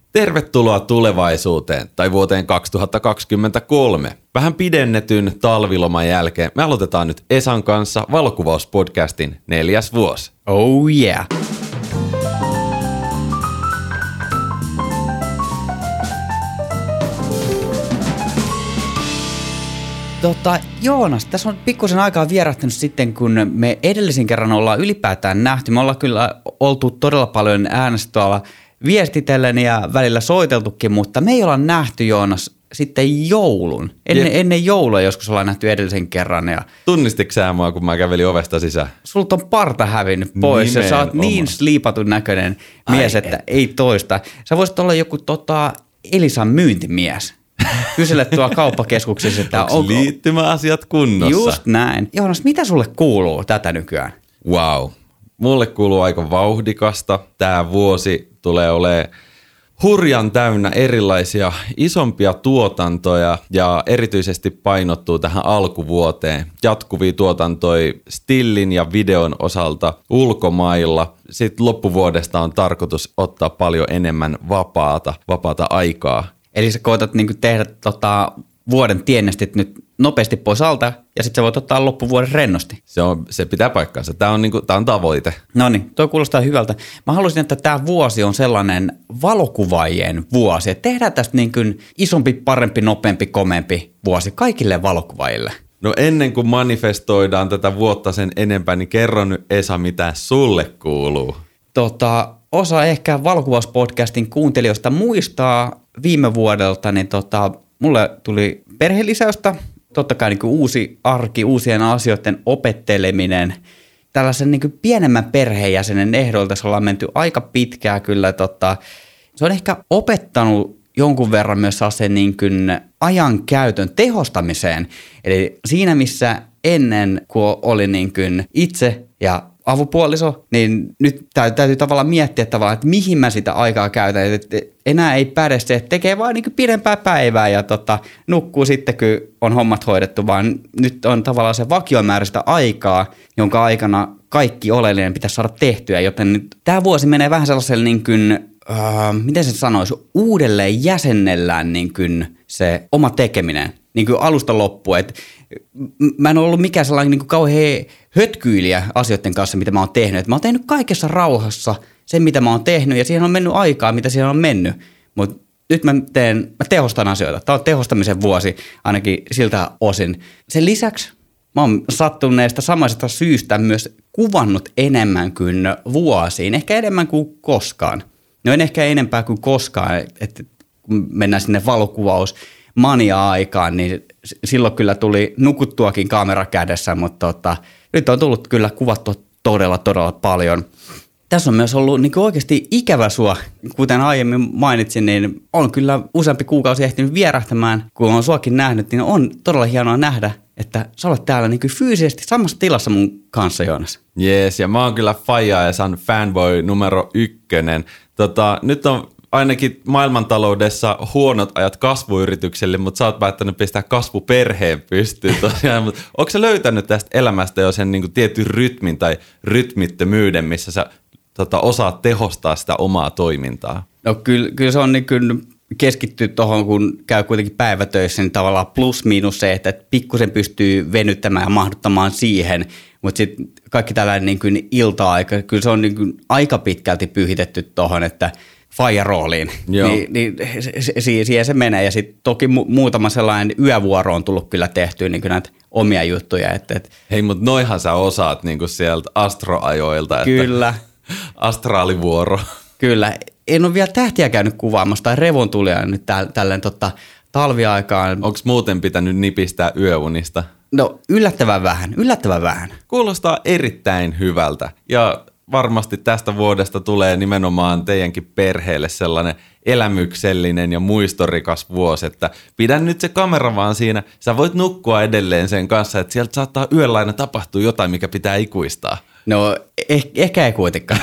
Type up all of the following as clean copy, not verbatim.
Tervetuloa tulevaisuuteen tai vuoteen 2023. Vähän pidennetyn talviloman jälkeen me aloitetaan nyt Esan kanssa valokuvauspodcastin 4. vuosi. Oh yeah! Joonas, tässä on pikkusen aikaa vierähtänyt sitten, kun me edellisen kerran ollaan ylipäätään nähty. Me ollaan kyllä oltu todella paljon äänestä viestitellen ja välillä soiteltukin, mutta me ei olla nähty, Joonas, sitten joulun. Ennen joulua joskus ollaan nähty edellisen kerran. Ja tunnistitko sä mua, kun mä kävelin ovesta sisään? Sulta on parta hävinnyt pois ja sä oot niin sliipatun näköinen mies, että ei toista. Sä voisit olla joku Elisan myyntimies. Kysele tuolla kauppakeskuksessa, että onko liittymäasiat kunnossa. Just näin. Joonas, mitä sulle kuuluu tätä nykyään? Wow. Mulle kuuluu aika vauhdikasta. Tää vuosi tulee olemaan hurjan täynnä erilaisia isompia tuotantoja ja erityisesti painottuu tähän alkuvuoteen. Jatkuvia tuotantoja stillin ja videon osalta ulkomailla. Sitten loppuvuodesta on tarkoitus ottaa paljon enemmän vapaata aikaa. Eli sä koetat tehdä vuoden tiennestit nyt nopeasti pois alta ja sitten sä voit ottaa loppuvuoden rennosti. Se pitää paikkaansa. Tämä on tavoite. No niin, toi kuulostaa hyvältä. Mä haluaisin, että tämä vuosi on sellainen valokuvaajien vuosi. Että tehdään tästä isompi, parempi, nopeampi, komeampi vuosi kaikille valokuvaajille. No ennen kuin manifestoidaan tätä vuotta sen enempää, niin kerro nyt Esa, mitä sulle kuuluu. Osa ehkä valokuvauspodcastin kuuntelijoista muistaa viime vuodelta, niin mulle tuli perhelisäystä, totta kai uusi arki, uusien asioiden opetteleminen. Tällaisen pienemmän perheenjäsenen ehdoilta se ollaan menty aika pitkään kyllä. Se on ehkä opettanut jonkun verran myös sen ajan käytön tehostamiseen. Eli siinä missä ennen, kun oli itse ja avopuoliso, niin nyt täytyy tavallaan miettiä tavallaan, että mihin mä sitä aikaa käytän. Että enää ei päde se, että tekee vaan pidempää päivää ja nukkuu sitten, kun on hommat hoidettu, vaan nyt on tavallaan se vakiomääräistä aikaa, jonka aikana kaikki oleellinen pitäisi saada tehtyä. Joten nyt tämä vuosi menee vähän sellaiselle miten se sanoisi, uudelleen jäsennellään se oma tekeminen alusta loppuun. Mä en ole ollut mikään sellainen kauhean hötkyilijä asioiden kanssa, mitä mä oon tehnyt. Mä oon tehnyt kaikessa rauhassa sen, mitä mä oon tehnyt, ja siihen on mennyt aikaa, mitä siihen on mennyt. Mutta nyt mä tehostan asioita. Tämä on tehostamisen vuosi ainakin siltä osin. Sen lisäksi mä oon sattuneesta samaisesta syystä myös kuvannut enemmän kuin vuosiin, ehkä enemmän kuin koskaan. No en ehkä enempää kuin koskaan, että kun mennään sinne valokuvausmania-aikaan, niin silloin kyllä tuli nukuttuakin kamera kädessä, mutta nyt on tullut kyllä kuvattua todella paljon. Tässä on myös ollut oikeasti ikävä sua, kuten aiemmin mainitsin, niin on kyllä useampi kuukausi ehtinyt vierähtämään, kun on suakin nähnyt, niin on todella hienoa nähdä, että sä olet täällä fyysisesti samassa tilassa mun kanssa, Joonas. Jees, ja mä oon kyllä Faija ja Esan fanboy numero 1. Nyt on ainakin maailmantaloudessa huonot ajat kasvuyritykselle, mutta sä oot päättänyt pistää kasvuperheen pystyyn tosiaan. Mutta onko sä löytänyt tästä elämästä jo sen tietyn rytmin tai rytmittömyyden, missä sä osaat tehostaa sitä omaa toimintaa? No kyllä se on keskittyy tuohon, kun käy kuitenkin päivätöissä, niin tavallaan plus miinus se, että pikkusen pystyy venyttämään ja mahduttamaan siihen, mutta sitten kaikki tällainen ilta-aika, kyllä se on aika pitkälti pyhitetty tuohon, että Faija-rooliin, niin siihen se menee. Ja sitten toki muutama sellainen yövuoro on tullut kyllä tehtyä näitä omia juttuja. Hei, mutta noihan sä osaat sieltä astroajoilta. Kyllä. Astraalivuoro. Kyllä. En ole vielä tähtiä käynyt kuvaamassa tai revontulia nyt tälleen talviaikaan. Onko muuten pitänyt nipistää yöunista? No yllättävän vähän. Kuulostaa erittäin hyvältä ja varmasti tästä vuodesta tulee nimenomaan teidänkin perheelle sellainen elämyksellinen ja muistorikas vuosi, että pidä nyt se kamera vaan siinä. Sä voit nukkua edelleen sen kanssa, että sieltä saattaa yöllä aina tapahtua jotain, mikä pitää ikuistaa. No ehkä ei kuitenkaan.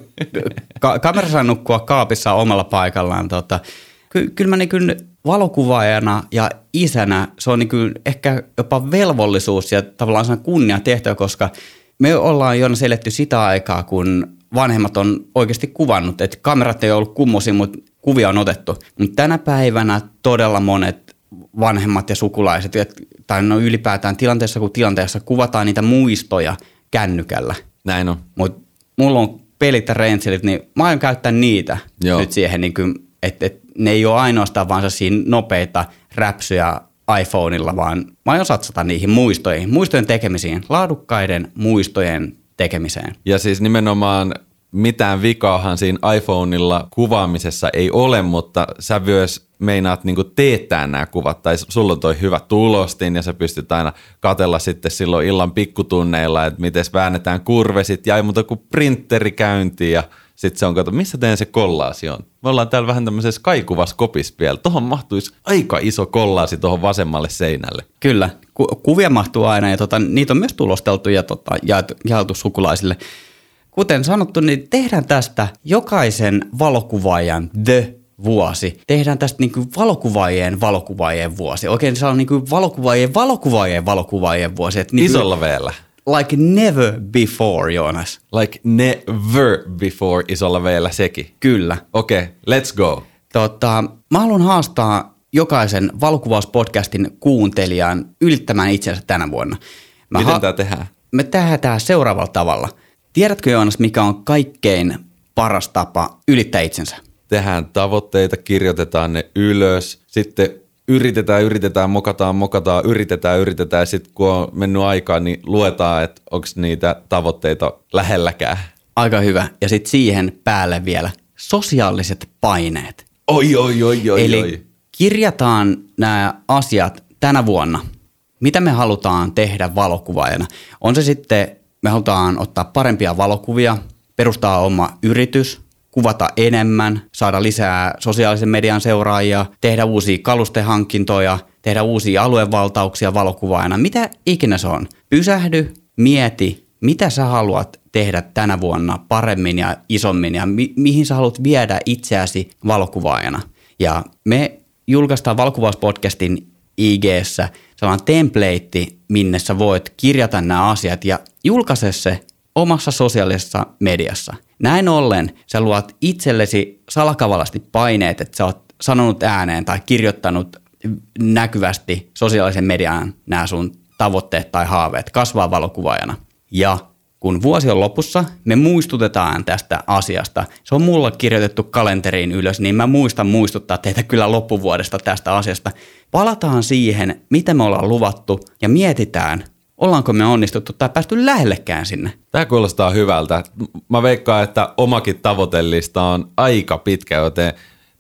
Kamera saa nukkua kaapissa omalla paikallaan. Kyllä mä valokuvaajana ja isänä se on ehkä jopa velvollisuus ja tavallaan se on kunnia tehtävä, koska me ollaan Joonas eletty sitä aikaa, kun vanhemmat on oikeasti kuvannut, että kamerat ei ollut kummosia, mutta kuvia on otettu. Mutta tänä päivänä todella monet vanhemmat ja sukulaiset, tai no ylipäätään tilanteessa kuin tilanteessa, kuvataan niitä muistoja kännykällä. Näin on. Mutta mulla on pelit ja rentselit, niin mä aion käyttää niitä nyt siihen, niin että ne ei ole ainoastaan vaan sellaisia nopeita räpsyjä iPhoneilla, vaan mä aion satsata niihin muistojen tekemisiin, laadukkaiden muistojen tekemiseen. Ja siis nimenomaan mitään vikaahan siinä iPhoneilla kuvaamisessa ei ole, mutta sä myös meinaat niinku teettää nämä kuvat, tai sulla on toi hyvä tulostin, ja sä pystyt aina katsella sitten silloin illan pikkutunneilla, että miten väännetään kurvesit, ja ei muuta kuin printeri käyntiin, ja sitten se on, kato, missä teidän se kollaasi on? Me ollaan täällä vähän tämmöisessä kaikuvaskopissa vielä. Tuohon mahtuisi aika iso kollaasi tuohon vasemmalle seinälle. Kyllä, kuvia mahtuu aina, ja niitä on myös tulosteltu ja jaeltu sukulaisille. Kuten sanottu, niin tehdään tästä jokaisen valokuvaajan vuosi. Tehdään tästä niin kuin valokuvaajien vuosi. Oikein se on niin kuin valokuvaajien vuosi. Että niin isolla veellä. Like never before, Joonas. Like never before isolla veellä sekin. Kyllä. Okei, let's go. Mä haluan haastaa jokaisen valokuvauspodcastin kuuntelijan ylittämään itsensä tänä vuonna. Miten tää tehdään? Me tehdään seuraavalla tavalla. Tiedätkö, Joonas, mikä on kaikkein paras tapa ylittää itsensä? Tehdään tavoitteita, kirjoitetaan ne ylös, sitten yritetään, mokataan, yritetään, ja sitten kun on mennyt aikaa, niin luetaan, että onko niitä tavoitteita lähelläkään. Aika hyvä. Ja sitten siihen päälle vielä sosiaaliset paineet. Oi. Eli kirjataan nämä asiat tänä vuonna. Mitä me halutaan tehdä valokuvaajana? On se sitten, me halutaan ottaa parempia valokuvia, perustaa oma yritys, kuvata enemmän, saada lisää sosiaalisen median seuraajia, tehdä uusia kalustehankintoja, tehdä uusia aluevaltauksia valokuvaajana. Mitä ikinä se on? Pysähdy, mieti, mitä sä haluat tehdä tänä vuonna paremmin ja isommin ja mihin sä haluat viedä itseäsi valokuvaajana. Ja me julkaistaan valokuvauspodcastin IG:ssä sellainen template, minne sä voit kirjata nämä asiat ja julkaise se omassa sosiaalisessa mediassa. Näin ollen sä luot itsellesi salakavalasti paineet, että sä oot sanonut ääneen tai kirjoittanut näkyvästi sosiaalisen median nämä sun tavoitteet tai haaveet kasvaa valokuvaajana. Ja kun vuosi on lopussa, me muistutetaan tästä asiasta. Se on mulla kirjoitettu kalenteriin ylös, niin mä muistan muistuttaa teitä kyllä loppuvuodesta tästä asiasta. Palataan siihen, mitä me ollaan luvattu ja mietitään, ollaanko me onnistuttu tai päästy lähellekään sinne. Tämä kuulostaa hyvältä. Mä veikkaan, että omakin tavoitellista on aika pitkä, joten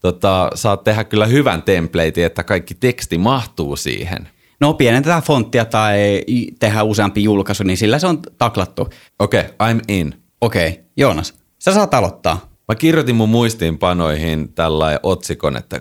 saat tehdä kyllä hyvän templatein, että kaikki teksti mahtuu siihen. No pienentetään fonttia tai tehdään useampi julkaisu, niin sillä se on taklattu. Okei, I'm in. Okei, Joonas, sä saat aloittaa. Mä kirjoitin mun muistiinpanoihin tällainen otsikon, että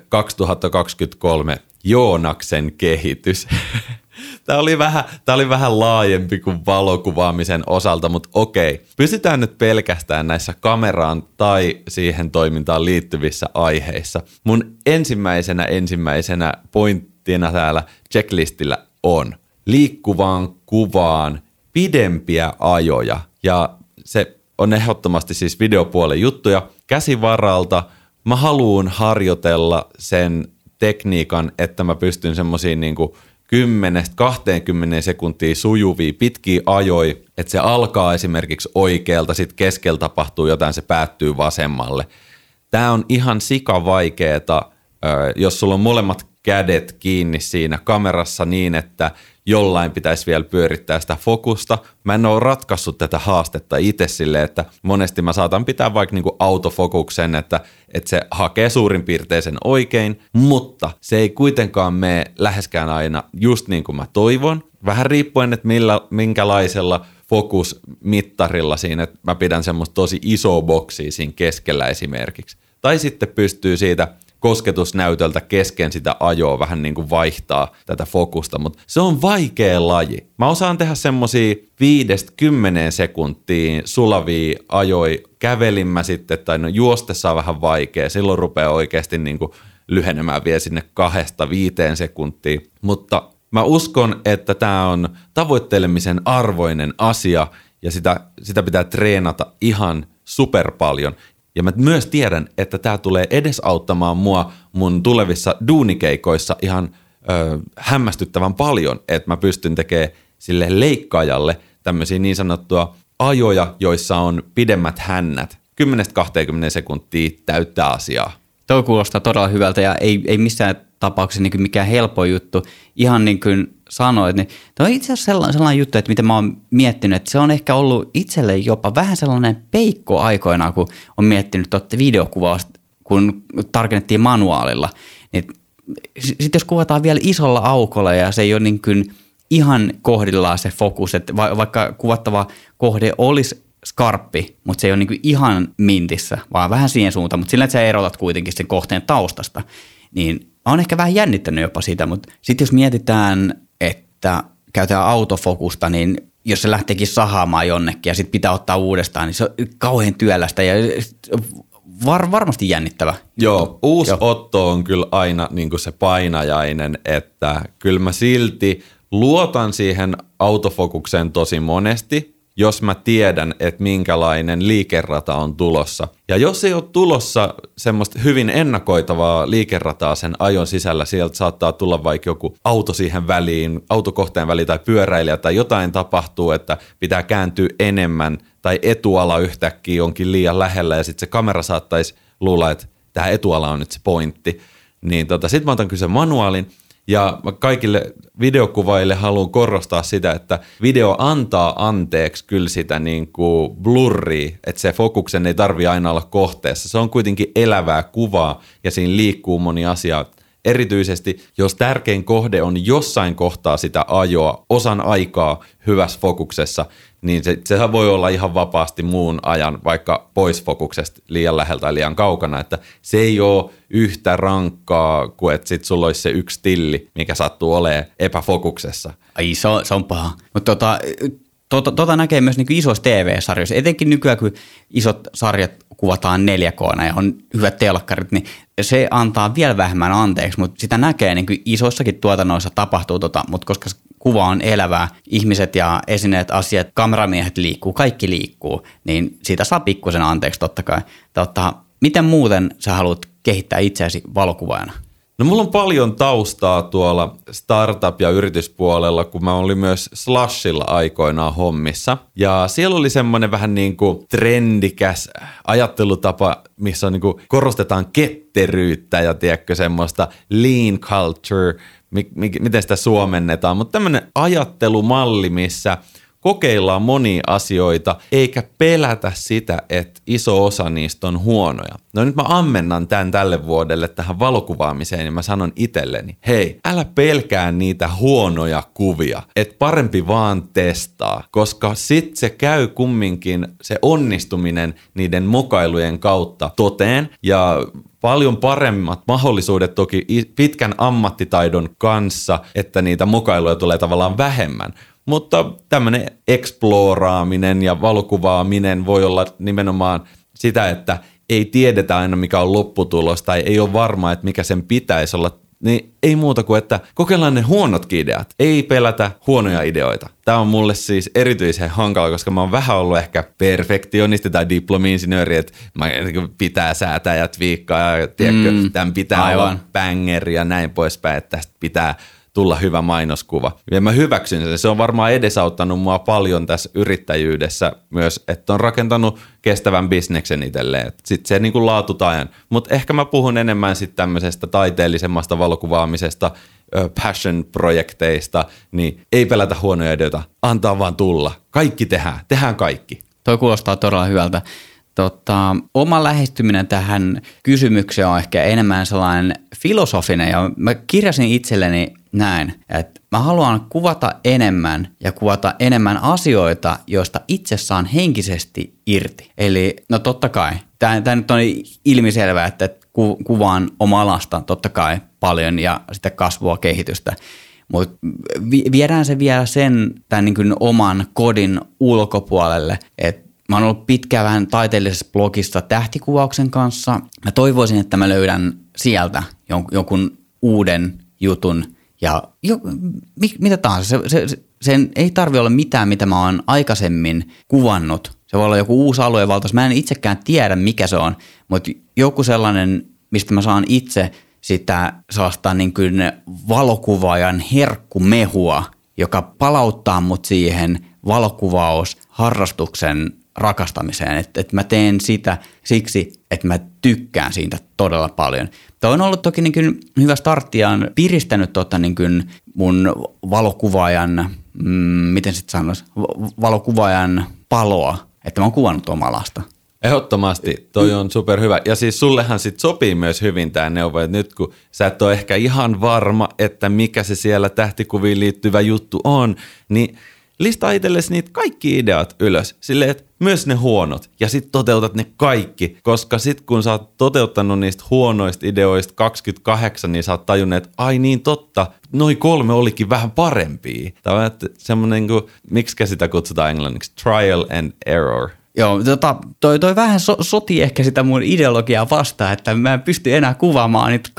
2023 Joonaksen kehitys. Tämä oli vähän laajempi kuin valokuvaamisen osalta, mutta okei. Pysytään nyt pelkästään näissä kameraan tai siihen toimintaan liittyvissä aiheissa. Mun ensimmäisenä pointtina täällä checklistillä on liikkuvaan kuvaan pidempiä ajoja. Ja se on ehdottomasti siis videopuolen juttuja. Käsivaralta mä haluun harjoitella sen tekniikan, että mä pystyn semmosiin niinku 10-20 sekuntia sujuvia pitkiä ajoi, että se alkaa esimerkiksi oikealta, sitten keskellä tapahtuu jotain, se päättyy vasemmalle. Tämä on ihan sikavaikeeta, jos sulla on molemmat kädet kiinni siinä kamerassa niin, että jollain pitäisi vielä pyörittää sitä fokusta. Mä en ole ratkaissut tätä haastetta itse silleen, että monesti mä saatan pitää vaikka niinku autofokuksen, että se hakee suurin piirtein sen oikein, mutta se ei kuitenkaan mene läheskään aina just niin kuin mä toivon. Vähän riippuen, että minkälaisella fokusmittarilla siinä, että mä pidän semmoista tosi isoa boksia siinä keskellä esimerkiksi. Tai sitten pystyy siitä kosketusnäytöltä kesken sitä ajoa vähän niin kuin vaihtaa tätä fokusta, mutta se on vaikea laji. Mä osaan tehdä semmosia 5-10 sekuntia sulavia ajoi, kävelin mä sitten, tai no juostessa on vähän vaikea, silloin rupeaa oikeasti niin kuin lyhenemään vielä sinne 2-5 sekuntia, mutta mä uskon, että tää on tavoittelemisen arvoinen asia ja sitä pitää treenata ihan super paljon. Ja mä myös tiedän, että tämä tulee edesauttamaan mua mun tulevissa duunikeikoissa ihan hämmästyttävän paljon, että mä pystyn tekemään sille leikkaajalle tämmöisiä niin sanottua ajoja, joissa on pidemmät hännät. 10-20 sekuntia täyttää asiaa. Tuo kuulostaa todella hyvältä ja ei missään tapauksessa niin kuin mikään helppo juttu. Ihan niin kuin sanoit, niin tämä on itse asiassa sellainen juttu, että mitä mä oon miettinyt, että se on ehkä ollut itselle jopa vähän sellainen peikko aikoinaan, kun on miettinyt videokuvaa, kun tarkennettiin manuaalilla. Niin sitten jos kuvataan vielä isolla aukolla ja se ei ole niin kuin ihan kohdillaan se fokus, että vaikka kuvattava kohde olisi skarppi, mutta se ei ole niin kuin ihan mintissä, vaan vähän siihen suuntaan, mutta sillä, että sä erotat kuitenkin sen kohteen taustasta, niin on ehkä vähän jännittänyt jopa sitä, mutta sitten jos mietitään, että käytetään autofokusta, niin jos se lähteekin sahaamaan jonnekin ja sitten pitää ottaa uudestaan, niin se on kauhean työlästä ja varmasti jännittävä. Joo, uusi otto on kyllä aina niin kuin se painajainen, että kyllä mä silti luotan siihen autofokukseen tosi monesti, jos mä tiedän, että minkälainen liikerata on tulossa. Ja jos ei ole tulossa semmoista hyvin ennakoitavaa liikerataa sen ajon sisällä, sieltä saattaa tulla vaikka joku auto siihen väliin, autokohteen väliin tai pyöräilijä tai jotain tapahtuu, että pitää kääntyä enemmän tai etuala yhtäkkiä onkin liian lähellä ja sitten se kamera saattaisi luulla, että tämä etuala on nyt se pointti. Niin sitten mä otan kyllä sen manuaalin. Ja kaikille videokuvaajille haluan korostaa sitä, että video antaa anteeksi kyllä sitä niin kuin blurria, että se fokuksen ei tarvitse aina olla kohteessa. Se on kuitenkin elävää kuvaa ja siinä liikkuu moni asia. Erityisesti, jos tärkein kohde on jossain kohtaa sitä ajoa osan aikaa hyvässä fokuksessa, niin sehän voi olla ihan vapaasti muun ajan vaikka pois fokuksesta liian läheltä tai liian kaukana, että se ei ole yhtä rankkaa kuin että sit sulla olisi se yksi tilli, mikä sattuu olemaan epäfokuksessa. Ai se on paha. Mutta tota näkee myös niin isoissa TV-sarjoissa, etenkin nykyään kun isot sarjat kuvataan 4K:na ja on hyvät telkkarit, niin se antaa vielä vähemmän anteeksi, mutta sitä näkee niin kuin isoissakin tuotannoissa tapahtuu, mutta koska kuva on elävää, ihmiset ja esineet, asiat, kameramiehet liikkuu, kaikki liikkuu, niin siitä saa pikkusen anteeksi totta kai. Miten muuten sä haluat kehittää itseäsi valokuvaajana? No mulla on paljon taustaa tuolla startup- ja yrityspuolella, kun mä olin myös Slushilla aikoinaan hommissa. Ja siellä oli semmoinen vähän niin kuin trendikäs ajattelutapa, missä on niin kuin korostetaan ketteryyttä ja tiedätkö semmoista lean culture, miten sitä suomennetaan. Mutta tämmöinen ajattelumalli, missä kokeillaan monia asioita, eikä pelätä sitä, että iso osa niistä on huonoja. No nyt mä ammennan tämän tälle vuodelle tähän valokuvaamiseen ja mä sanon itselleni, hei, älä pelkää niitä huonoja kuvia, että parempi vaan testaa, koska sit se käy kumminkin se onnistuminen niiden mokailujen kautta toteen ja paljon paremmat mahdollisuudet toki pitkän ammattitaidon kanssa, että niitä mokailuja tulee tavallaan vähemmän. Mutta tämmöinen eksploraaminen ja valokuvaaminen voi olla nimenomaan sitä, että ei tiedetä aina mikä on lopputulos tai ei ole varma, että mikä sen pitäisi olla. Niin ei muuta kuin, että kokeillaan ne huonotkin ideat. Ei pelätä huonoja ideoita. Tämä on mulle siis erityisen hankala, koska mä oon vähän ollut ehkä perfektionisti tai diplomi-insinööri, että pitää säätää ja twiikkaa ja tiedätkö, tämän pitää olla banger ja näin poispäin, että tästä pitää tulla hyvä mainoskuva. Ja mä hyväksyn sen. Se on varmaan edesauttanut mua paljon tässä yrittäjyydessä myös, että on rakentanut kestävän bisneksen itselleen. Sitten se niin kuin laatutajan. Mutta ehkä mä puhun enemmän sitten tämmöisestä taiteellisemmasta valokuvaamisesta, passion-projekteista, niin ei pelätä huonoja ideoita, antaa vaan tulla. Kaikki tehdään kaikki. Toi kuulostaa todella hyvältä. Oma lähestyminen tähän kysymykseen on ehkä enemmän sellainen filosofinen ja mä kirjasin itselleni näin, että mä haluan kuvata enemmän ja kuvata enemmän asioita, joista itse saan henkisesti irti. Eli no totta kai, tämä nyt on ilmiselvää, että kuvaan omaa lasta totta kai paljon ja sitä kasvua, kehitystä. Mutta viedään se vielä tämän niin kuin oman kodin ulkopuolelle, että mä oon ollut pitkään vähän taiteellisessa blogissa tähtikuvauksen kanssa. Mä toivoisin, että mä löydän sieltä jonkun uuden jutun ja mitä tahansa. Sen ei tarvitse olla mitään, mitä mä oon aikaisemmin kuvannut Se voi olla joku uusi aluevaltaus. Mä en itsekään tiedä, mikä se on, mutta joku sellainen, mistä mä saan itse sitä sellaista niin kuin valokuvaajan herkkumehua, joka palauttaa mut siihen valokuvausharrastuksen rakastamiseen. Että mä teen sitä siksi, että mä tykkään siitä todella paljon. Tämä on ollut toki niin kuin hyvä startti ja on piristänyt niin kuin mun valokuvaajan, miten sitten sanoisi, valokuvaajan paloa, että mä oon kuvannut omaa lasta. Ehdottomasti, toi on superhyvä. Ja siis sullehan sit sopii myös hyvin tämä neuvo, että nyt kun sä et ole ehkä ihan varma, että mikä se siellä tähtikuviin liittyvä juttu on, niin listaa itsellesi niitä kaikki ideat ylös, silleen, että myös ne huonot, ja sitten toteutat ne kaikki, koska sitten kun sä oot toteuttanut niistä huonoista ideoista 28, niin sä oot tajunnut, että ai niin totta, noi 3 olikin vähän parempia. Tämä on semmoinen, miksi sitä kutsutaan englanniksi, trial and error. Joo, toi vähän sotii ehkä sitä mun ideologiaa vastaan, että mä en pysty enää kuvaamaan niitä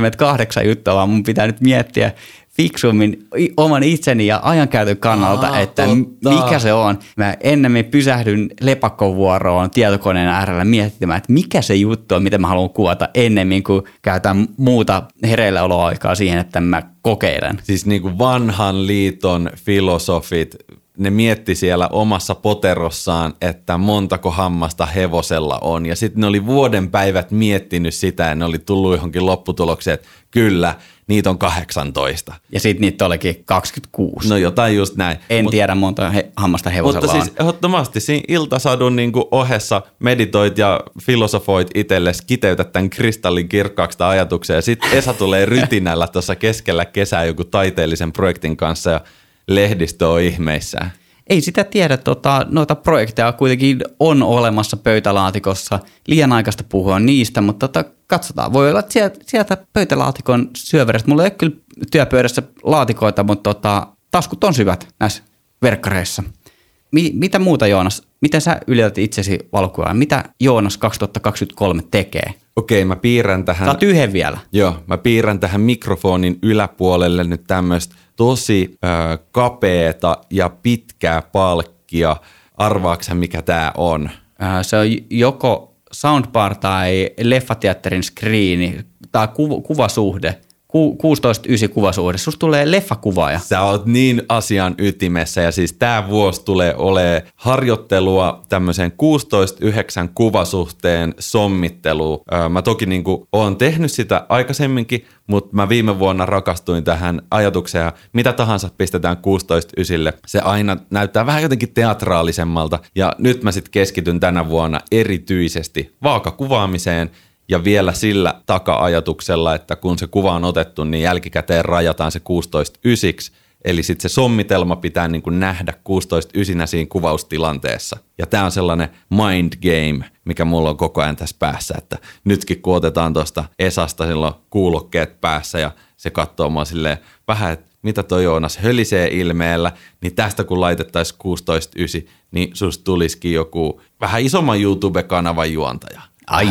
28 juttua, vaan mun pitää nyt miettiä fiksummin oman itseni ja ajankäytön kannalta, että mikä se on. Mä ennemmin pysähdyn lepakkovuoroon tietokoneen äärellä miettimään, että mikä se juttu on, mitä mä haluan kuvata ennemmin kuin käytän muuta hereilläoloaikaa siihen, että mä kokeilen. Siis niin kuin vanhan liiton filosofit, ne mietti siellä omassa poterossaan, että montako hammasta hevosella on. Ja sitten ne oli vuoden päivät miettinyt sitä ja ne oli tullut johonkin lopputulokseen, että kyllä, niitä on 18. Ja sitten niitä olikin 26. No jotain just näin. En tiedä monta hammasta hevosella on. Mutta siis ehdottomasti siinä iltasadun niin kuin ohessa meditoit ja filosofoit itsellesi, kiteytät tämän kristallin kirkkaaksi ajatuksen ja sitten Esa tulee rytinällä tuossa keskellä kesää joku taiteellisen projektin kanssa ja lehdistö on ihmeissään. Ei sitä tiedä, noita projekteja kuitenkin on olemassa pöytälaatikossa. Liian aikaista puhua niistä, mutta katsotaan. Voi olla, että sieltä pöytälaatikon syöverestä. Mulla ei ole kyllä työpöydässä laatikoita, mutta taskut on syvät näissä verkkareissa. Mitä muuta, Joonas? Miten sä ylität itsesi valokuvaan? Mitä Joonas 2023 tekee? Okei, mä piirrän tähän. Saat yhden vielä. Joo, mä piirrän tähän mikrofonin yläpuolelle nyt tämmöistä tosi kapeeta ja pitkää palkkia. Arvaaksä, mikä tää on? Se on joko soundbar tai leffateatterin screeni tai kuvasuhde. 16:9 kuvasuhde. Susta tulee leffakuvaaja. Sä oot niin asian ytimessä ja siis tää vuosi tulee olemaan harjoittelua tämmöiseen 16:9 kuvasuhteen sommitteluun. Mä toki niinku oon tehnyt sitä aikaisemminkin, mutta mä viime vuonna rakastuin tähän ajatukseen ja mitä tahansa pistetään 16:9. Se aina näyttää vähän jotenkin teatraalisemmalta ja nyt mä sit keskityn tänä vuonna erityisesti vaakakuvaamiseen. Ja vielä sillä taka-ajatuksella, että kun se kuva on otettu, niin jälkikäteen rajataan se 16:9. Eli sitten se sommitelma pitää niin kuin nähdä 16:9 siinä kuvaustilanteessa. Ja tämä on sellainen mind game, mikä mulla on koko ajan tässä päässä. Että nytkin kun otetaan tuosta Esasta silloin kuulokkeet päässä ja se katsoo mua silleen vähän, että mitä toi Joonas hölisee ilmeellä, niin tästä kun laitettaisiin 16:9, niin susta tulisikin joku vähän isomman YouTube-kanavan juontaja. Ai.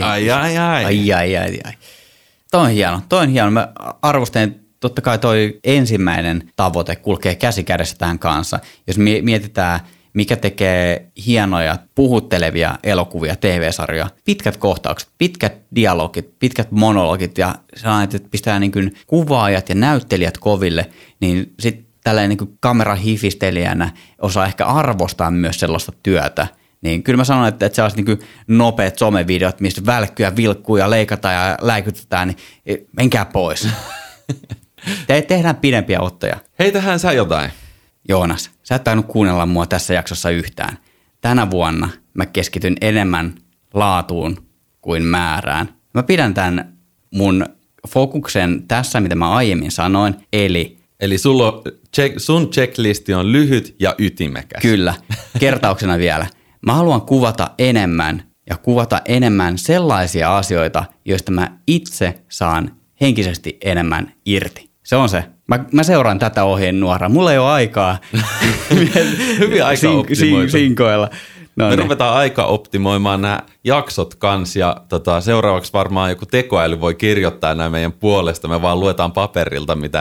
Toi on hieno. Mä arvostan, totta kai toi ensimmäinen tavoite kulkee käsi kädessä tähän kanssa. Jos mietitään, mikä tekee hienoja, puhuttelevia elokuvia, TV-sarjoja, pitkät kohtaukset, pitkät dialogit, pitkät monologit ja sellainen, että pistää niin kuin kuvaajat ja näyttelijät koville, niin sitten tällainen niin kuin kamerahifistelijänä osaa ehkä arvostaa myös sellaista työtä. Niin kyllä mä sanon, että sellaiset niin nopeat somevideot, mistä välkkyä, vilkkuu ja leikataan ja läikytetään, niin menkää pois. Tehdään pidempiä ottoja. Heitähän sä jotain. Joonas, sä et tainnut kuunnella mua tässä jaksossa yhtään. Tänä vuonna mä keskityn enemmän laatuun kuin määrään. Mä pidän tämän mun fokuksen tässä, mitä mä aiemmin sanoin, Eli sun checklisti on lyhyt ja ytimekäs. Kyllä. Kertauksena vielä. Mä haluan kuvata enemmän sellaisia asioita, joista mä itse saan henkisesti enemmän irti. Se on se. Mä seuraan tätä ohjenuoraa. Mulla ei ole aikaa hyvin aika sinkoilla. No me ruvetaan aika optimoimaan nämä jaksot kanssa ja seuraavaksi varmaan joku tekoäly voi kirjoittaa nämä meidän puolesta. Me vaan luetaan paperilta, mitä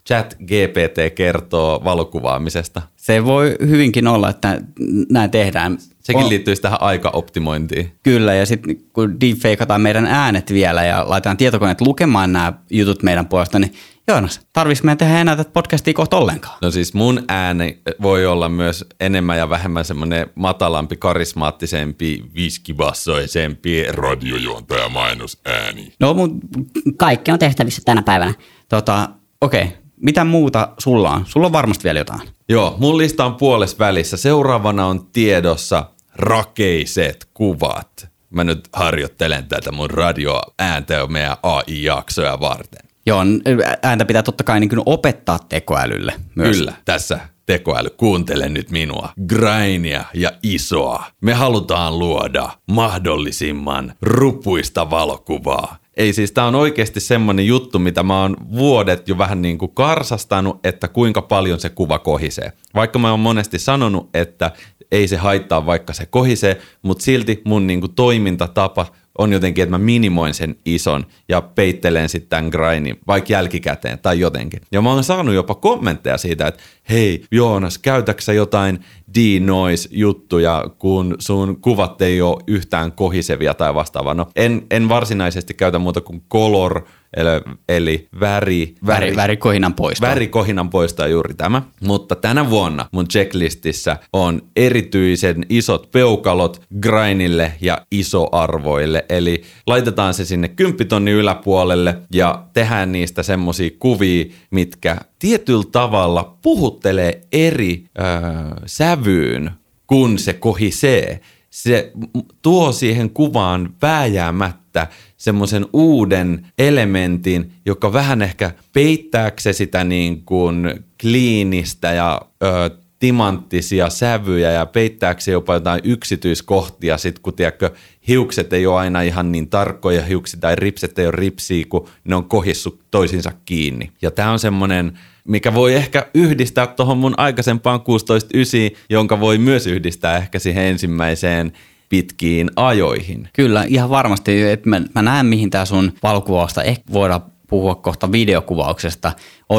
Chat GPT kertoo valokuvaamisesta. Se voi hyvinkin olla, että näin tehdään. Sekin liittyisi tähän aikaoptimointiin. Kyllä, ja sitten kun deepfakeataan meidän äänet vielä ja laitetaan tietokoneet lukemaan nämä jutut meidän puolesta, niin Joonas, tarvitsisi meidän tehdä enää tätä podcastia kohta ollenkaan? No siis mun ääni voi olla myös enemmän ja vähemmän semmoinen matalampi, karismaattisempi, viskibassoisempi radiojuontaja mainosääni. No, kaikki on tehtävissä tänä päivänä. Okei. Mitä muuta sulla on? Sulla on varmasti vielä jotain. Joo, mun lista on puolessa välissä. Seuraavana on tiedossa rakeiset kuvat. Mä nyt harjoittelen tätä mun radioääntä meidän AI-jaksoja varten. Joo, ääntä pitää totta kai niin kuin opettaa tekoälylle myös. Kyllä, tässä tekoäly, kuuntele nyt minua. Grainia ja isoa. Me halutaan luoda mahdollisimman rupuista valokuvaa. Ei siis, tää on oikeasti semmoinen juttu, mitä mä oon vuodet jo vähän niin kuin karsastanut, että kuinka paljon se kuva kohisee. Vaikka mä oon monesti sanonut, että ei se haittaa, vaikka se kohisee, mutta silti mun niin kuin toimintatapa on jotenkin, että mä minimoin sen ison ja peittelen sitten tämän grindin, vaikka jälkikäteen tai jotenkin. Ja mä oon saanut jopa kommentteja siitä, että hei Joonas, käytäksä jotain denoise-juttuja, kun sun kuvat ei ole yhtään kohisevia tai vastaavaa. No en varsinaisesti käytä muuta kuin color, eli värikohinan poisto. Värikohinan poisto juuri tämä. Mutta tänä vuonna mun checklistissä on erityisen isot peukalot grindille ja isoarvoille. Eli laitetaan se sinne 10 000 yläpuolelle ja tehdään niistä semmosia kuvia, mitkä tietyllä tavalla puhuttelee eri sävyyn, kun se kohisee. Se tuo siihen kuvaan vääjäämättä semmoisen uuden elementin, joka vähän ehkä peittääkseen sitä niin kuin kliinistä ja timanttisia sävyjä ja peittääkseen jopa jotain yksityiskohtia sit, kun tiedätkö, hiukset ei ole aina ihan niin tarkkoja hiuksia tai ripset ei ole ripsiä, kun ne on kohissut toisinsa kiinni. Ja tää on semmoinen, mikä voi ehkä yhdistää tuohon mun aikaisempaan 16.9, jonka voi myös yhdistää ehkä siihen ensimmäiseen pitkiin ajoihin. Kyllä, ihan varmasti. Että mä näen, mihin tää sun valokuvausta, ehkä voidaan puhua kohta videokuvauksesta,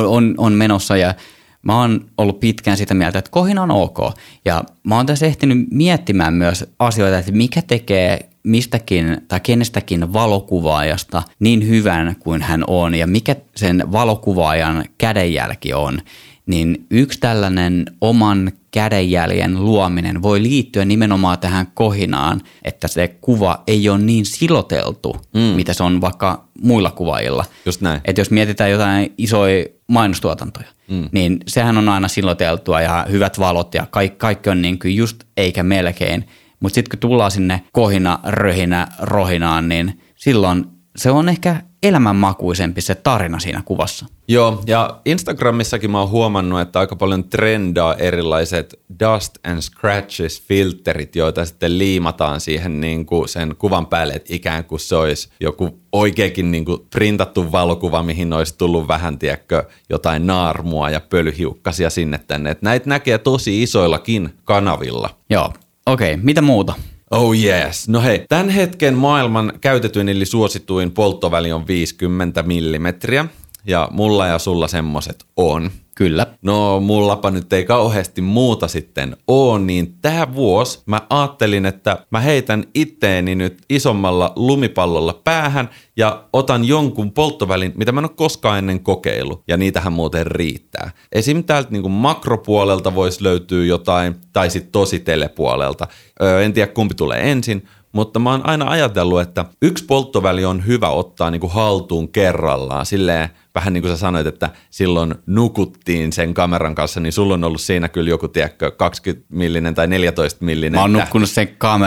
on menossa ja mä oon ollut pitkään sitä mieltä, että kohina on ok. Ja mä oon tässä ehtinyt miettimään myös asioita, että mikä tekee mistäkin tai kenestäkin valokuvaajasta niin hyvän kuin hän on ja mikä sen valokuvaajan kädenjälki on. Niin yksi tällainen oman kädenjäljen luominen voi liittyä nimenomaan tähän kohinaan, että se kuva ei ole niin siloteltu, mitä se on vaikka muilla kuvaajilla. Just näin. Että jos mietitään jotain isoja mainostuotantoja, niin sehän on aina siloteltua ja hyvät valot ja kaikki on niin kuin just eikä melkein. Mutta sitten kun tullaan sinne kohina, röhinä, rohinaan, niin silloin se on ehkä elämänmakuisempi se tarina siinä kuvassa. Joo, ja Instagramissakin mä oon huomannut, että aika paljon trendaa erilaiset dust and scratches filterit, joita sitten liimataan siihen niin kuin sen kuvan päälle, että ikään kuin se olisi joku oikeakin niin kuin printattu valokuva, mihin olisi tullut vähän, tiedätkö, jotain naarmua ja pölyhiukkasia sinne tänne. Että näitä näkee tosi isoillakin kanavilla. Joo, okei. Mitä muuta? Oh yes. No hei, tämän hetken maailman käytetyin eli suosituin polttoväli on 50 millimetriä ja mulla ja sulla semmoset on. Kyllä. No mullapa nyt ei kauheasti muuta sitten ole, niin tää vuosi mä ajattelin, että mä heitän itteeni nyt isommalla lumipallolla päähän ja otan jonkun polttovälin, mitä mä en ole koskaan ennen kokeillut, ja niitähän muuten riittää. Esim. Täältä niin kuin makropuolelta voisi löytyä jotain, tai sitten tositelepuolelta. En tiedä kumpi tulee ensin, mutta mä oon aina ajatellut, että yksi polttoväli on hyvä ottaa niin kuin haltuun kerrallaan. Silleen vähän niin kuin sä sanoit, että silloin nukuttiin sen kameran kanssa, niin sulla on ollut siinä kyllä joku, tiedätkö, 20-millinen tai 14-millinen. Mä oon nukkunut sen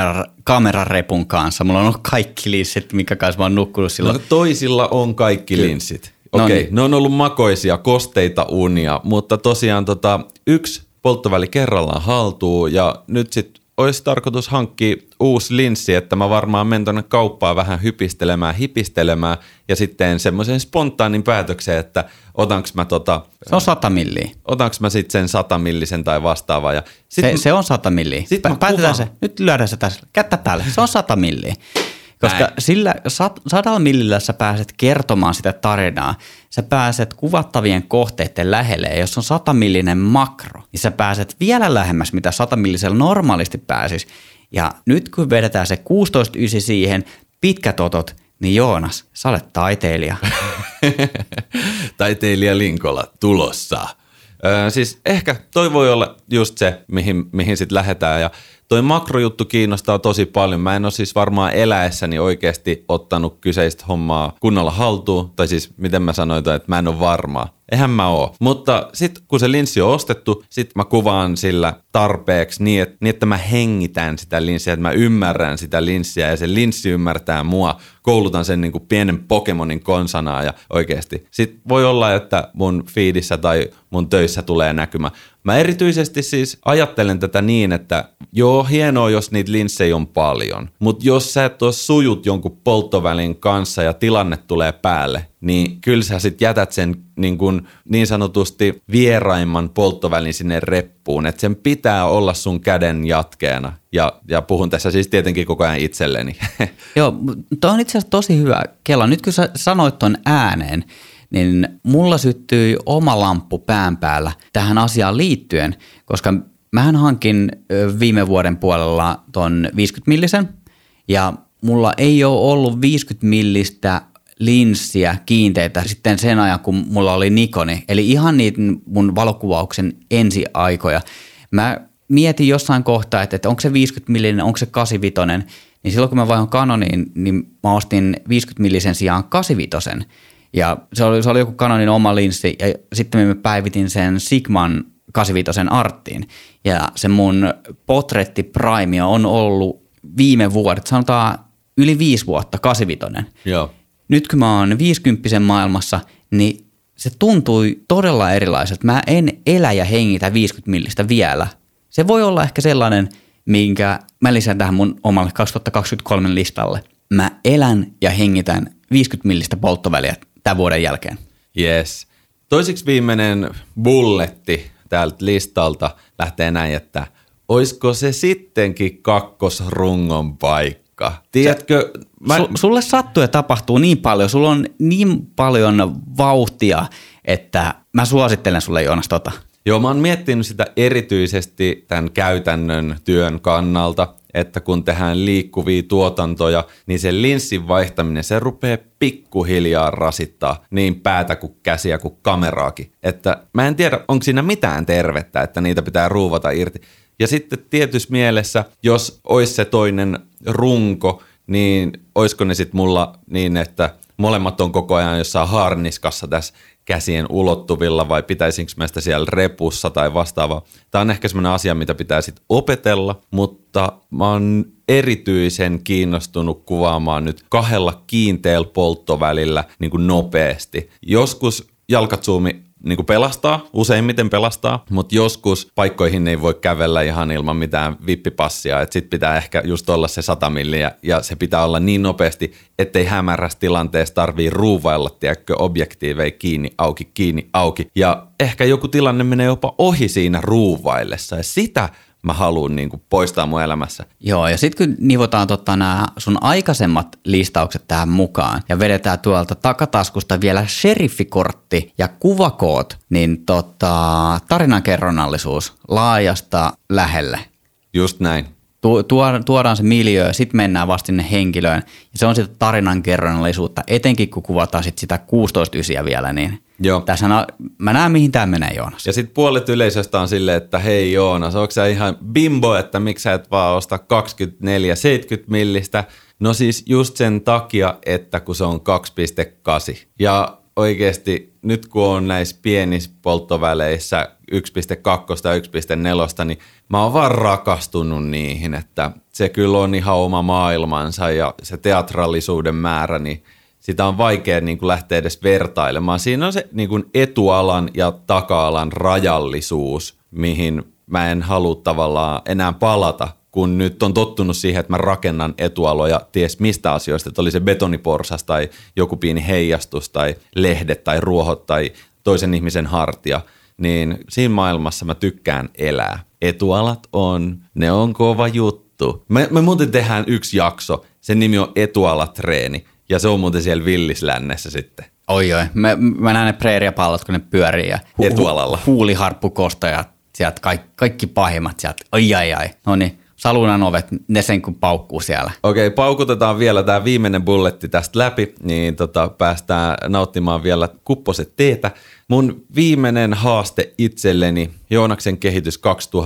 kamerarepun kanssa. Mulla on ollut kaikki linssit, minkä kanssa mä oon nukkunut silloin. No toisilla on kaikki linssit. Okei, niin. Ne on ollut makoisia, kosteita unia, mutta tosiaan yksi polttoväli kerrallaan haltuu ja nyt sitten olisi tarkoitus hankkia uusi linssi, että mä varmaan menen tuonne kauppaan vähän hipistelemään ja sitten semmoisen spontaanin päätöksen, että otanko mä Se on 100 milliä. Otanko mä sitten sen 100 millisen tai vastaavaa. Ja se on 100 milliä. Päätetään se. Nyt lyödään se tässä. Kättä päälle. Se on 100 milliä. Koska Näin. sillä 100 millillä sä pääset kertomaan sitä tarinaa, sä pääset kuvattavien kohteiden lähelle, ja jos on 100 millinen makro, niin sä pääset vielä lähemmäs, mitä 100 millisellä normaalisti pääsis. Ja nyt kun vedetään se 16:9 siihen, pitkät otot, niin Joonas, sä olet taiteilija. Taiteilija Linkola tulossa. Siis ehkä toi voi olla just se, mihin sitten lähdetään. Ja toi makrojuttu kiinnostaa tosi paljon. Mä en ole siis varmaan eläessäni oikeasti ottanut kyseistä hommaa kunnolla haltuun. Tai siis miten mä sanoin, että mä en ole varmaa. Eihän mä oo. Mutta sitten kun se linssi on ostettu, sit mä kuvaan sillä tarpeeksi niin, että mä hengitän sitä linssiä, että mä ymmärrän sitä linssiä ja se linssi ymmärtää mua. Koulutan sen niin kuin pienen Pokemonin konsanaa ja oikeasti. Sitten voi olla, että mun feedissä tai mun töissä tulee näkymä. Mä erityisesti siis ajattelen tätä niin, että joo, hienoa, jos niitä linssejä on paljon. Mutta jos sä et ole sujut jonkun polttovälin kanssa ja tilanne tulee päälle, niin kyllä sä sit jätät sen niin sanotusti vieraimman polttovälin sinne reppuun. Että sen pitää olla sun käden jatkeena. Ja puhun tässä siis tietenkin koko ajan itselleni. Joo, toi on itse asiassa tosi hyvä Kela. Nyt kun sä sanoit ton ääneen, niin mulla syttyi oma lamppu pään päällä tähän asiaan liittyen, koska mähän hankin viime vuoden puolella ton 50 millisen ja mulla ei ole ollut 50 millistä linssiä kiinteitä sitten sen ajan, kun mulla oli Nikoni, eli ihan niitä mun valokuvauksen ensiaikoja. Mä mietin jossain kohtaa, että onko se 50 millinen, onko se 85, niin silloin kun mä vaihdon Canoniin, niin mä ostin 50 millisen sijaan 85. Ja se oli joku Canonin oma linssi ja sitten mä päivitin sen Sigman 85 arttiin. Ja se mun Potretti Prime on ollut viime vuodet, sanotaan yli 5 vuotta 85. Joo. Nyt kun mä oon 50 maailmassa, niin se tuntui todella erilaiselta. Mä en elä ja hengitä 50 millistä vielä. Se voi olla ehkä sellainen, minkä mä lisään tähän mun omalle 2023 listalle. Mä elän ja hengitän 50 millistä polttoväliä tämän vuoden jälkeen. Yes. Toiseksi viimeinen bulletti täältä listalta lähtee näin, että oisko se sittenkin kakkosrungon paikka? Tiedätkö? Sulle sattuu ja tapahtuu niin paljon, sulla on niin paljon vauhtia, että mä suosittelen sulle Joonas tota. Joo, mä oon miettinyt sitä erityisesti tämän käytännön työn kannalta, että kun tehdään liikkuvia tuotantoja, niin se linssin vaihtaminen, se rupeaa pikkuhiljaa rasittaa niin päätä kuin käsiä kuin kameraakin. Että mä en tiedä, onko siinä mitään tervettä, että niitä pitää ruuvata irti. Ja sitten tietyssä mielessä, jos olisi se toinen runko, niin olisiko ne sitten mulla niin, että molemmat on koko ajan jossain harniskassa tässä käsien ulottuvilla vai pitäisinkö mä sitä siellä repussa tai vastaavaa. Tämä on ehkä semmoinen asia, mitä pitää sitten opetella, mutta mä oon erityisen kiinnostunut kuvaamaan nyt 2 kiinteällä polttovälillä niin kuin nopeasti. Joskus jalkazoomi niin kuin pelastaa, useimmiten pelastaa, mutta joskus paikkoihin ei voi kävellä ihan ilman mitään vippipassia, että sit pitää ehkä just olla se 100 milliä ja se pitää olla niin nopeasti, ettei hämärässä tilanteessa tarvii ruuvailla, tiedätkö, objektiiveja kiinni, auki ja ehkä joku tilanne menee jopa ohi siinä ruuvaillessa ja sitä mä haluan niin kuin poistaa mun elämässä. Joo, ja sitten kun nivotaan nämä sun aikaisemmat listaukset tähän mukaan ja vedetään tuolta takataskusta vielä sheriffikortti ja kuvakoot, niin tarinankerronnallisuus laajasta lähelle. Just näin. Tuodaan se miljöö, sitten mennään vasta sinne henkilöön. Ja se on sitä tarinankerronnallisuutta, etenkin kun kuvataan sitä 16:9 vielä, niin joo. Tässä mä näen, mihin tämä menee, Joonas. Ja sitten puolet yleisöstä on silleen, että hei Joonas, onko sä ihan bimbo, että miksi sä et vaan osta 24-70 millistä? No siis just sen takia, että kun se on 2,8. Ja oikeasti nyt kun on näissä pienissä polttoväleissä 1,2 ja 1,4, niin mä oon vaan rakastunut niihin, että se kyllä on ihan oma maailmansa ja se teatrallisuuden määrä, niin sitä on vaikea niin kuin lähteä edes vertailemaan. Siinä on se niin kuin etualan ja taka-alan rajallisuus, mihin mä en halua tavallaan enää palata, kun nyt on tottunut siihen, että mä rakennan etualoja ties mistä asioista, että oli se betoniporsas tai joku pieni heijastus tai lehdet tai ruohot tai toisen ihmisen hartia, niin siinä maailmassa mä tykkään elää. Etualat ne on kova juttu. Me muuten tehdään yksi jakso Sen nimi on etualatreeni ja se on muuten siellä Villislännessä sitten. Oi. Mä näen ne preeriapallot, kun ne pyörii ja Etualalla. Huuliharppukosta ja sieltä kaikki pahimmat sieltä. Ai. No niin, salunan ovet, ne sen kun paukkuu siellä. Okei, paukutetaan vielä tämä viimeinen bulletti tästä läpi, niin päästään nauttimaan vielä kupposet teetä. Mun viimeinen haaste itselleni, Joonaksen kehitys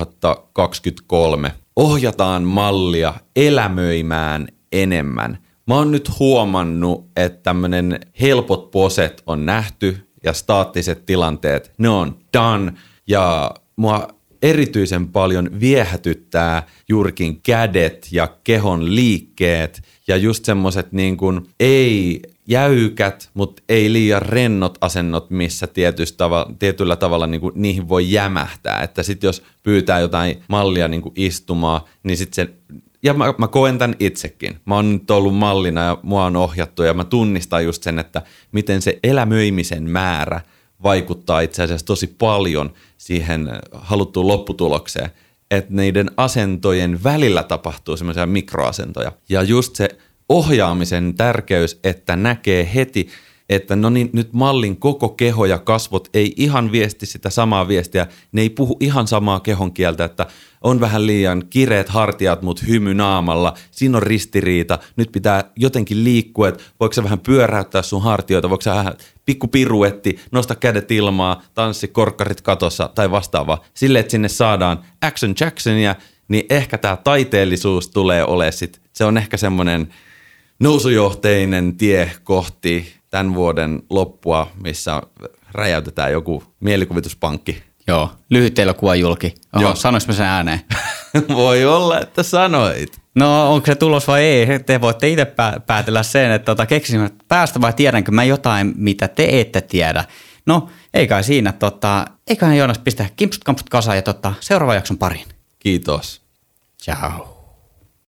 2023. Ohjataan mallia elämöimään enemmän. Mä oon nyt huomannut, että tämmönen helpot poset on nähty ja staattiset tilanteet, ne on done ja mua erityisen paljon viehätyttää juurikin kädet ja kehon liikkeet ja just semmoiset niin kuin ei jäykät, mutta ei liian rennot asennot, missä tietyllä tavalla niin kuin niihin voi jämähtää. Että sitten jos pyytää jotain mallia niin kuin istumaan, niin sitten se, ja mä koen tämän itsekin. Mä oon nyt ollut mallina ja mua on ohjattu ja mä tunnistan just sen, että miten se elämöimisen määrä vaikuttaa itse asiassa tosi paljon siihen haluttuun lopputulokseen, että niiden asentojen välillä tapahtuu semmoisia mikroasentoja. Ja just se ohjaamisen tärkeys, että näkee heti, että no niin, nyt mallin koko keho ja kasvot ei ihan viesti sitä samaa viestiä, ne ei puhu ihan samaa kehon kieltä, että on vähän liian kireet hartiat, mutta hymy naamalla, siinä on ristiriita, nyt pitää jotenkin liikkua, että voiko sä vähän pyöräyttää sun hartioita, voiko sä vähän pikku piruetti, nosta kädet ilmaa, tanssi korkkarit katossa tai vastaavaa, silleen, että sinne saadaan Action Jacksonia, niin ehkä tämä taiteellisuus tulee olemaan sit, se on ehkä semmoinen nousujohteinen tie kohti tämän vuoden loppua, missä räjäytetään joku mielikuvituspankki. Joo, lyhyt elokuva julki. Oho, sanois mä sen ääneen? Voi olla, että sanoit. No onko se tulos vai ei? Te voitte itse päätellä sen, että keksin päästä vai tiedänkö mä jotain, mitä te ette tiedä. No ei kai siinä, eiköhän Joonas pistä kimpsut kampsut kasaan ja seuraavan jakson pariin. Kiitos. Ciao.